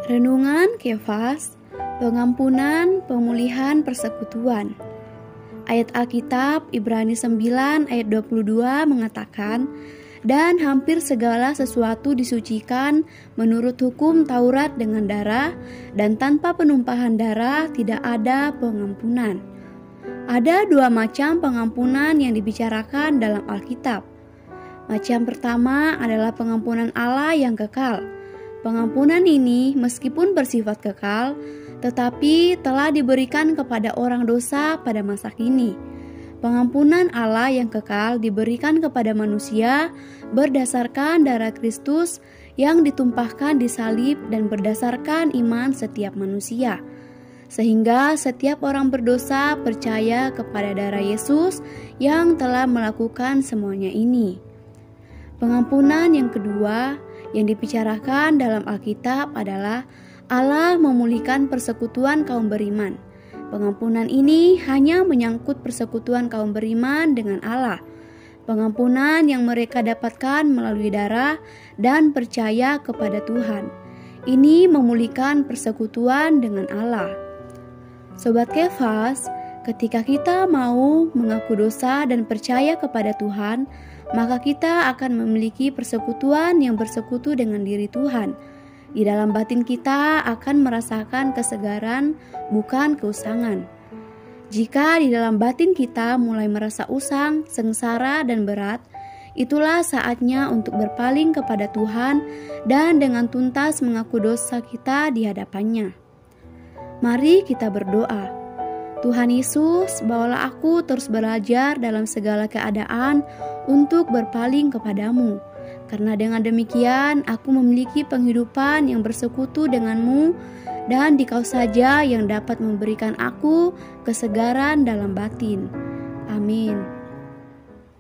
Renungan Kefas, pengampunan, pemulihan persekutuan. Ayat Alkitab Ibrani 9 ayat 22 mengatakan, dan hampir segala sesuatu disucikan menurut hukum Taurat dengan darah, dan tanpa penumpahan darah tidak ada pengampunan. Ada dua macam pengampunan yang dibicarakan dalam Alkitab. Macam pertama adalah pengampunan Allah yang kekal. Pengampunan ini meskipun bersifat kekal, tetapi telah diberikan kepada orang dosa pada masa kini. Pengampunan Allah yang kekal diberikan kepada manusia berdasarkan darah Kristus yang ditumpahkan di salib dan berdasarkan iman setiap manusia. Sehingga setiap orang berdosa percaya kepada darah Yesus yang telah melakukan semuanya ini. Pengampunan yang kedua yang dibicarakan dalam Alkitab adalah Allah memulihkan persekutuan kaum beriman. Pengampunan ini hanya menyangkut persekutuan kaum beriman dengan Allah. Pengampunan yang mereka dapatkan melalui darah dan percaya kepada Tuhan. Ini memulihkan persekutuan dengan Allah. Sobat Kefas, ketika kita mau mengaku dosa dan percaya kepada Tuhan, maka kita akan memiliki persekutuan yang bersekutu dengan diri Tuhan. Di dalam batin kita akan merasakan kesegaran, bukan keusangan. Jika di dalam batin kita mulai merasa usang, sengsara, dan berat, itulah saatnya untuk berpaling kepada Tuhan dan dengan tuntas mengaku dosa kita di hadapannya. Mari kita berdoa. Tuhan Yesus, bawalah aku terus belajar dalam segala keadaan untuk berpaling kepadamu. Karena dengan demikian aku memiliki penghidupan yang bersekutu denganmu, dan Dikau saja yang dapat memberikan aku kesegaran dalam batin. Amin.